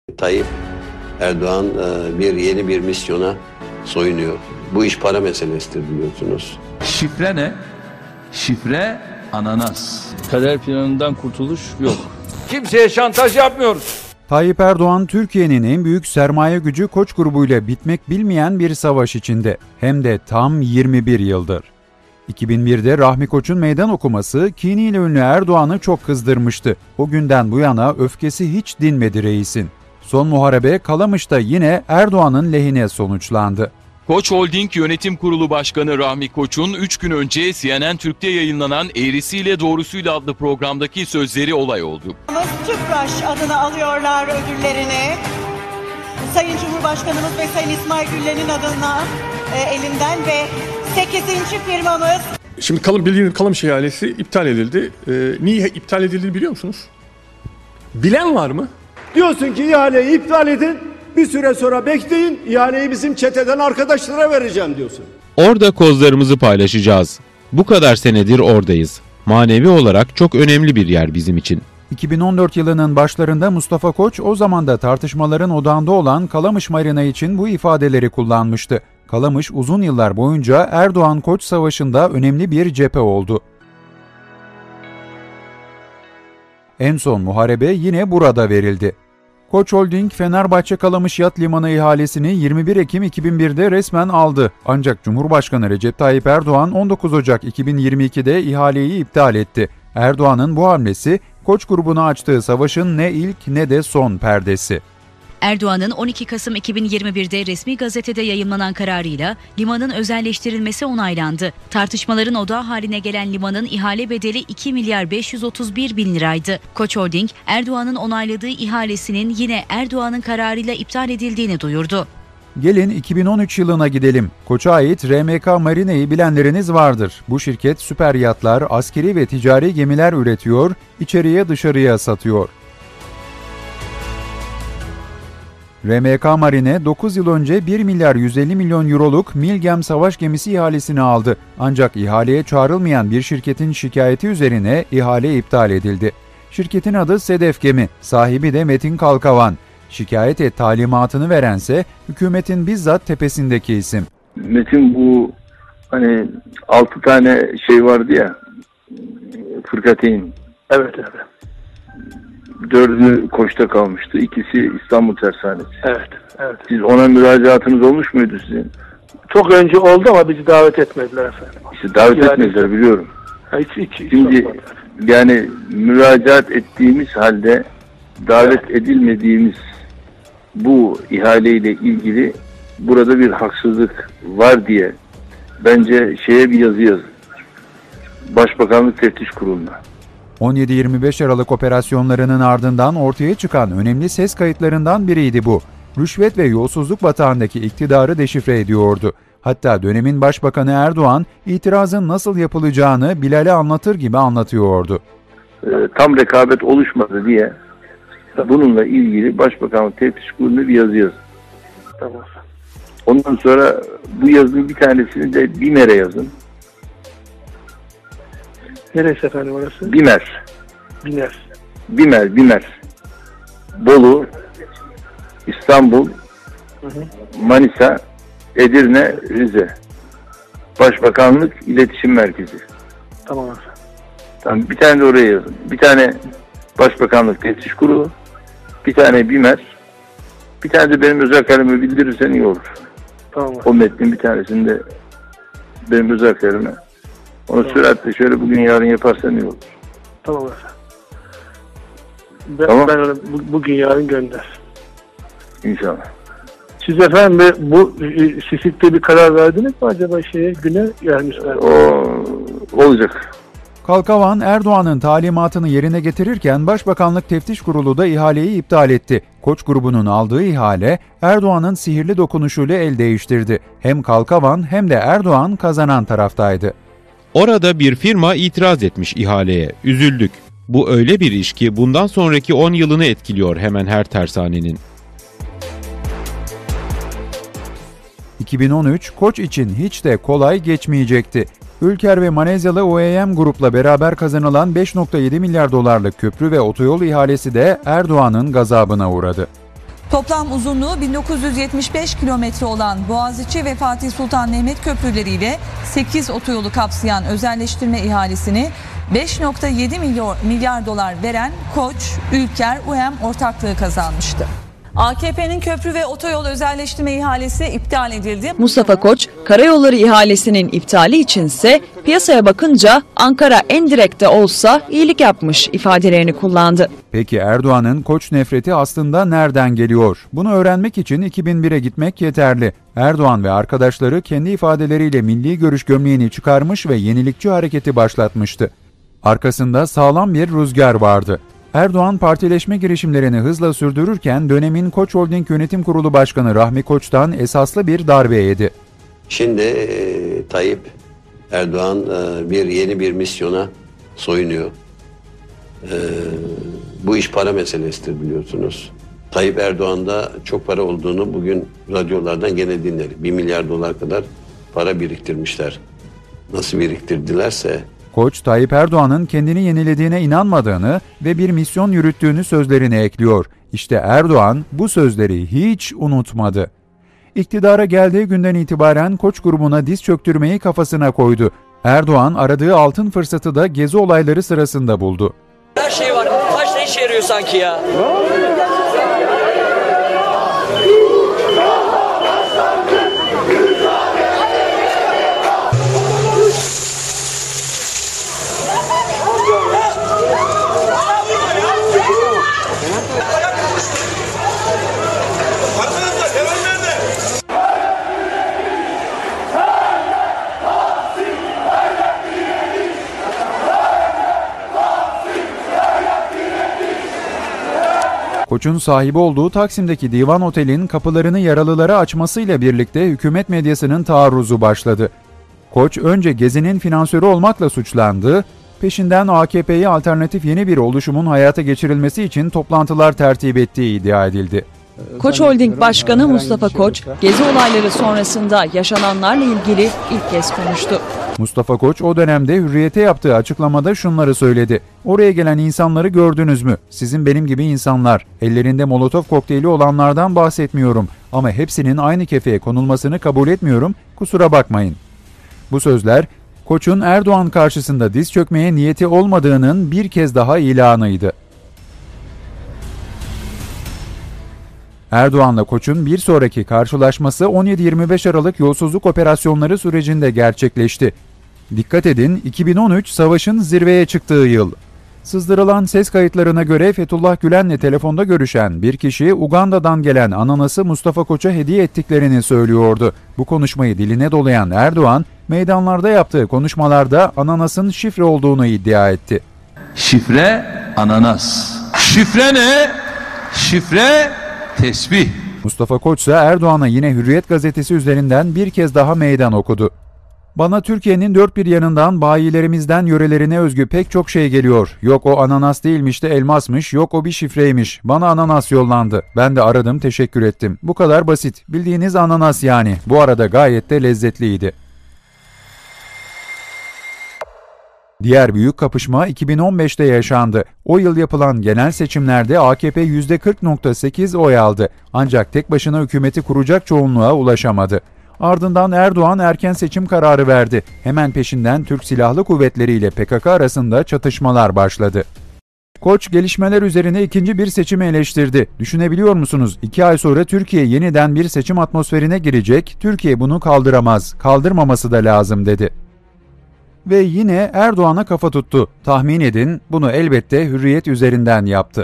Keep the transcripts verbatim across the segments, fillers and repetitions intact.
Tayyip Erdoğan bir yeni bir misyona soyunuyor. Bu iş para meselesidir biliyorsunuz. Şifre ne? Şifre ananas. Kader planından kurtuluş yok. Kimseye şantaj yapmıyoruz. Tayyip Erdoğan, Türkiye'nin en büyük sermaye gücü Koç grubuyla bitmek bilmeyen bir savaş içinde. Hem de tam yirmi bir yıldır. iki bin birde Rahmi Koç'un meydan okuması kiniyle ünlü Erdoğan'ı çok kızdırmıştı. O günden bu yana öfkesi hiç dinmedi reisin. Son muharebe Kalamış'ta yine Erdoğan'ın lehine sonuçlandı. Koç Holding Yönetim Kurulu Başkanı Rahmi Koç'un üç gün önce C N N Türk'te yayınlanan Eğrisiyle Doğrusuyla adlı programdaki sözleri olay oldu. Tüpraş adını alıyorlar ödüllerini. Sayın Cumhurbaşkanımız ve Sayın İsmail Güllen'in adına e, elinden ve sekizinci firmamız. Şimdi kalın, bildiğiniz Kalamış ihalesi iptal edildi. Ee, niye iptal edildiğini biliyor musunuz? Bilen var mı? Diyorsun ki ihaleyi iptal edin, bir süre sonra bekleyin, ihaleyi bizim çeteden arkadaşlara vereceğim diyorsun. Orada kozlarımızı paylaşacağız. Bu kadar senedir oradayız. Manevi olarak çok önemli bir yer bizim için. iki bin on dört yılının başlarında Mustafa Koç o zaman da tartışmaların odağında olan Kalamış Marina için bu ifadeleri kullanmıştı. Kalamış uzun yıllar boyunca Erdoğan-Koç savaşında önemli bir cephe oldu. En son muharebe yine burada verildi. Koç Holding, Fenerbahçe Kalamış Yat Limanı ihalesini yirmi bir Ekim iki bin birde resmen aldı. Ancak Cumhurbaşkanı Recep Tayyip Erdoğan on dokuz Ocak iki bin yirmi ikide ihaleyi iptal etti. Erdoğan'ın bu hamlesi, Koç grubuna açtığı savaşın ne ilk ne de son perdesi. Erdoğan'ın on iki Kasım iki bin yirmi birde resmi gazetede yayımlanan kararıyla limanın özelleştirilmesi onaylandı. Tartışmaların odağı haline gelen limanın ihale bedeli iki milyar beş yüz otuz bir bin liraydı. Koç Holding, Erdoğan'ın onayladığı ihalesinin yine Erdoğan'ın kararıyla iptal edildiğini duyurdu. Gelin iki bin on üç yılına gidelim. Koç'a ait R M K Marine'yi bilenleriniz vardır. Bu şirket süper yatlar, askeri ve ticari gemiler üretiyor, içeriye dışarıya satıyor. R M K Marine dokuz yıl önce bir milyar yüz elli milyon euroluk Milgem savaş gemisi ihalesini aldı. Ancak ihaleye çağrılmayan bir şirketin şikayeti üzerine ihale iptal edildi. Şirketin adı Sedef Gemi, sahibi de Metin Kalkavan. Şikayet et talimatını verense hükümetin bizzat tepesindeki isim. Metin bu hani altı tane şey vardı ya, fırkateyn. Evet evet. Dördü Koç'ta kalmıştı. İkisi İstanbul Tersanesi. Evet, evet. Siz ona müracaatınız olmuş muydu sizin? Çok önce oldu ama bizi davet etmediler efendim. İşte davet yani, etmediler biliyorum. Hiç, hiç, hiç Şimdi yani müracaat ettiğimiz halde davet evet. edilmediğimiz bu ihaleyle ilgili burada bir haksızlık var diye bence şeye bir yazı yazın. Başbakanlık Teftiş Kurulu'na. on yedi yirmi beş Aralık operasyonlarının ardından ortaya çıkan önemli ses kayıtlarından biriydi bu. Rüşvet ve yolsuzluk batağındaki iktidarı deşifre ediyordu. Hatta dönemin Başbakanı Erdoğan itirazın nasıl yapılacağını Bilal'e anlatır gibi anlatıyordu. E, tam rekabet oluşmadı diye bununla ilgili Başbakanlık Teftiş Kurulu'na bir yazı yazın. Tamam. Ondan sonra bu yazının bir tanesini de BİMER'e yazın. Neresi efendim orası? BİMER. BİMER. BİMER, BİMER. Bolu, İstanbul, hı hı. Manisa, Edirne, Rize. Başbakanlık İletişim Merkezi. Tamam efendim. Tamam, bir tane de oraya yazın. Bir tane Başbakanlık Teftiş Kurulu, bir tane BİMER, bir tane de benim özel kaleme bildirirsen iyi olur. Tamam. O metnin bir tanesini de benim özel kaleme. Onu tamam. süratle şöyle bugün yarın yaparsan iyi olur. Tamam efendim. Ben, tamam. ben onu bu, bugün yarın gönder. İnşallah. Siz efendim bu Sisik'te bir karar verdiniz mi acaba şeye güne gelmişler? O olacak. Kalkavan, Erdoğan'ın talimatını yerine getirirken Başbakanlık Teftiş Kurulu da ihaleyi iptal etti. Koç grubunun aldığı ihale Erdoğan'ın sihirli dokunuşuyla el değiştirdi. Hem Kalkavan hem de Erdoğan kazanan taraftaydı. Orada bir firma itiraz etmiş ihaleye. Üzüldük. Bu öyle bir iş ki bundan sonraki on yılını etkiliyor hemen her tersanenin. iki bin on üç Koç için hiç de kolay geçmeyecekti. Ülker ve Malezyalı O E M Grup'la beraber kazanılan beş virgül yedi milyar dolarlık köprü ve otoyol ihalesi de Erdoğan'ın gazabına uğradı. Toplam uzunluğu bin dokuz yüz yetmiş beş kilometre olan Boğaziçi ve Fatih Sultan Mehmet köprüleriyle sekiz otoyolu kapsayan özelleştirme ihalesini beş nokta yedi milyar dolar veren Koç, Ülker, U E M ortaklığı kazanmıştı. A K P'nin köprü ve otoyol özelleştirme ihalesi iptal edildi. Mustafa Koç, karayolları ihalesinin iptali içinse piyasaya bakınca Ankara en direkte olsa iyilik yapmış ifadelerini kullandı. Peki Erdoğan'ın Koç nefreti aslında nereden geliyor? Bunu öğrenmek için iki bin bire gitmek yeterli. Erdoğan ve arkadaşları kendi ifadeleriyle milli görüş gömleğini çıkarmış ve yenilikçi hareketi başlatmıştı. Arkasında sağlam bir rüzgar vardı. Erdoğan partileşme girişimlerini hızla sürdürürken dönemin Koç Holding Yönetim Kurulu Başkanı Rahmi Koç'tan esaslı bir darbe yedi. Şimdi e, Tayyip Erdoğan e, bir yeni bir misyona soyunuyor. E, bu iş para meselesidir biliyorsunuz. Tayyip Erdoğan'da çok para olduğunu bugün radyolardan gene dinledik. Bir milyar dolar kadar para biriktirmişler. Nasıl biriktirdilerse... Koç, Tayyip Erdoğan'ın kendini yenilediğine inanmadığını ve bir misyon yürüttüğünü sözlerine ekliyor. İşte Erdoğan bu sözleri hiç unutmadı. İktidara geldiği günden itibaren Koç grubuna diz çöktürmeyi kafasına koydu. Erdoğan aradığı altın fırsatı da gezi olayları sırasında buldu. Her şey var. Taş ne işe yarıyor sanki ya? Koç'un sahibi olduğu Taksim'deki Divan Otel'in kapılarını yaralılara açmasıyla birlikte hükümet medyasının taarruzu başladı. Koç önce Gezi'nin finansörü olmakla suçlandı, peşinden A K P'ye alternatif yeni bir oluşumun hayata geçirilmesi için toplantılar tertip ettiği iddia edildi. Koç Holding Başkanı Mustafa Koç, Gezi olayları sonrasında yaşananlarla ilgili ilk kez konuştu. Mustafa Koç o dönemde Hürriyet'e yaptığı açıklamada şunları söyledi. Oraya gelen insanları gördünüz mü? Sizin benim gibi insanlar. Ellerinde Molotov kokteyli olanlardan bahsetmiyorum. Ama hepsinin aynı kefeye konulmasını kabul etmiyorum. Kusura bakmayın. Bu sözler, Koç'un Erdoğan karşısında diz çökmeye niyeti olmadığının bir kez daha ilanıydı. Erdoğan'la Koç'un bir sonraki karşılaşması on yedi yirmi beş Aralık yolsuzluk operasyonları sürecinde gerçekleşti. Dikkat edin, iki bin on üç savaşın zirveye çıktığı yıl. Sızdırılan ses kayıtlarına göre Fethullah Gülen'le telefonda görüşen bir kişi Uganda'dan gelen ananası Mustafa Koç'a hediye ettiklerini söylüyordu. Bu konuşmayı diline dolayan Erdoğan, meydanlarda yaptığı konuşmalarda ananasın şifre olduğunu iddia etti. Şifre ananas. Şifre ne? Şifre tesbih. Mustafa Koç ise Erdoğan'a yine Hürriyet gazetesi üzerinden bir kez daha meydan okudu. Bana Türkiye'nin dört bir yanından, bayilerimizden yörelerine özgü pek çok şey geliyor. Yok o ananas değilmiş de elmasmış, yok o bir şifreymiş. Bana ananas yollandı. Ben de aradım, teşekkür ettim. Bu kadar basit. Bildiğiniz ananas yani. Bu arada gayet de lezzetliydi. Diğer büyük kapışma iki bin on beşte yaşandı. O yıl yapılan genel seçimlerde A K P yüzde kırk nokta sekiz oy aldı. Ancak tek başına hükümeti kuracak çoğunluğa ulaşamadı. Ardından Erdoğan erken seçim kararı verdi. Hemen peşinden Türk Silahlı Kuvvetleri ile P K K arasında çatışmalar başladı. Koç gelişmeler üzerine ikinci bir seçimi eleştirdi. Düşünebiliyor musunuz? İki ay sonra Türkiye yeniden bir seçim atmosferine girecek. Türkiye bunu kaldıramaz. Kaldırmaması da lazım dedi. Ve yine Erdoğan'a kafa tuttu. Tahmin edin, bunu elbette Hürriyet üzerinden yaptı.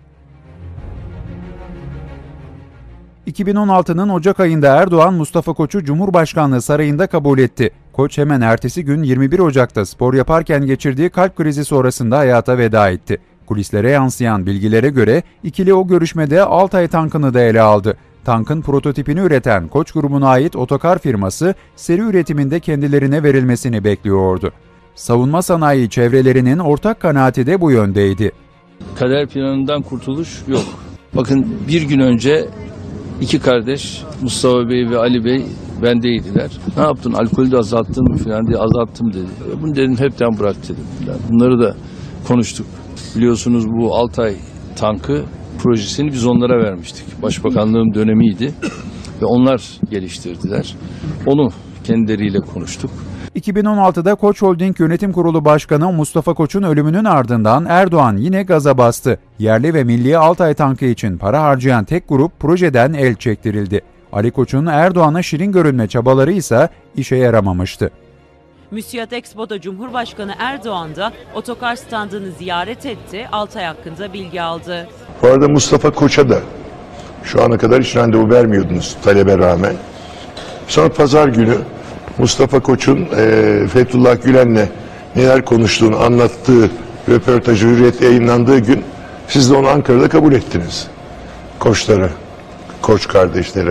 iki bin on altının Ocak ayında Erdoğan Mustafa Koç'u Cumhurbaşkanlığı sarayında kabul etti. Koç hemen ertesi gün yirmi bir Ocak'ta spor yaparken geçirdiği kalp krizi sonrasında hayata veda etti. Kulislere yansıyan bilgilere göre ikili o görüşmede Altay tankını da ele aldı. Tankın prototipini üreten Koç grubuna ait otokar firması seri üretiminde kendilerine verilmesini bekliyordu. Savunma sanayi çevrelerinin ortak kanaati de bu yöndeydi. Kader planından kurtuluş yok. Bakın bir gün önce iki kardeş Mustafa Bey ve Ali Bey bendeydiler. Ne yaptın? Alkolü de azalttın mı falan diye azalttım dedi. Bunu dedim hepten bırak dedim. Bunları da konuştuk. Biliyorsunuz bu Altay tankı projesini biz onlara vermiştik. Başbakanlığım dönemiydi ve onlar geliştirdiler. Onu kendileriyle konuştuk. iki bin on altıda Koç Holding Yönetim Kurulu Başkanı Mustafa Koç'un ölümünün ardından Erdoğan yine gaza bastı. Yerli ve milli Altay tankı için para harcayan tek grup projeden el çektirildi. Ali Koç'un Erdoğan'a şirin görünme çabaları ise işe yaramamıştı. Müsiyat Expo'da Cumhurbaşkanı Erdoğan da otokar standını ziyaret etti, Altay hakkında bilgi aldı. Bu arada Mustafa Koç'a da şu ana kadar hiç randevu vermiyordunuz talebe rağmen. Sonra pazar günü Mustafa Koç'un e, Fethullah Gülen'le neler konuştuğunu anlattığı röportajı Hürriyet'te yayınlandığı gün siz de onu Ankara'da kabul ettiniz. Koçlara, Koç kardeşlere.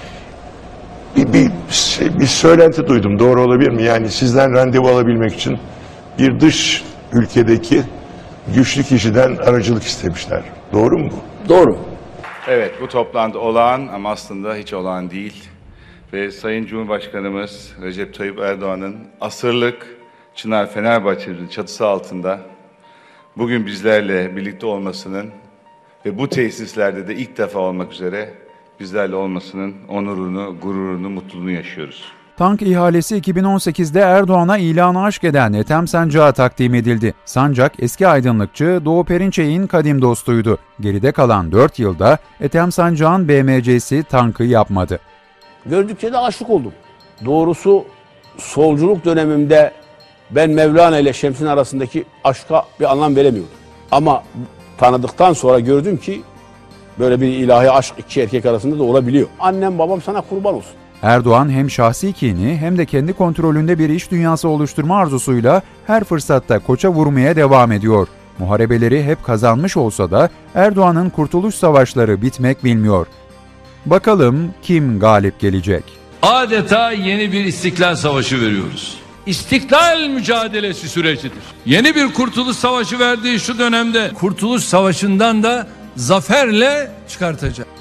Bir, bir, şey, bir söylenti duydum. Doğru olabilir mi? Yani sizden randevu alabilmek için bir dış ülkedeki güçlü kişiden aracılık istemişler. Doğru mu bu? Doğru. Evet, bu toplantı olağan ama aslında hiç olağan değil. Ve Sayın Cumhurbaşkanımız Recep Tayyip Erdoğan'ın asırlık Çınar Fenerbahçe'nin çatısı altında bugün bizlerle birlikte olmasının ve bu tesislerde de ilk defa olmak üzere bizlerle olmasının onurunu, gururunu, mutluluğunu yaşıyoruz. Tank ihalesi iki bin on sekizde Erdoğan'a ilanı aşk eden Ethem Sancak'a takdim edildi. Sancak eski aydınlıkçı Doğu Perinçek'in kadim dostuydu. Geride kalan dört yılda Ethem Sancak'ın B M C'si tankı yapmadı. Gördükçe de aşık oldum. Doğrusu solculuk dönemimde ben Mevlana ile Şems'in arasındaki aşka bir anlam veremiyordum. Ama tanıdıktan sonra gördüm ki böyle bir ilahi aşk iki erkek arasında da olabiliyor. Annem babam sana kurban olsun. Erdoğan hem şahsi kini hem de kendi kontrolünde bir iş dünyası oluşturma arzusuyla her fırsatta Koç'a vurmaya devam ediyor. Muharebeleri hep kazanmış olsa da Erdoğan'ın kurtuluş savaşları bitmek bilmiyor. Bakalım kim galip gelecek? Adeta yeni bir istiklal savaşı veriyoruz. İstiklal mücadelesi sürecidir. Yeni bir kurtuluş savaşı verdiği şu dönemde Kurtuluş Savaşı'ndan da zaferle çıkartacak.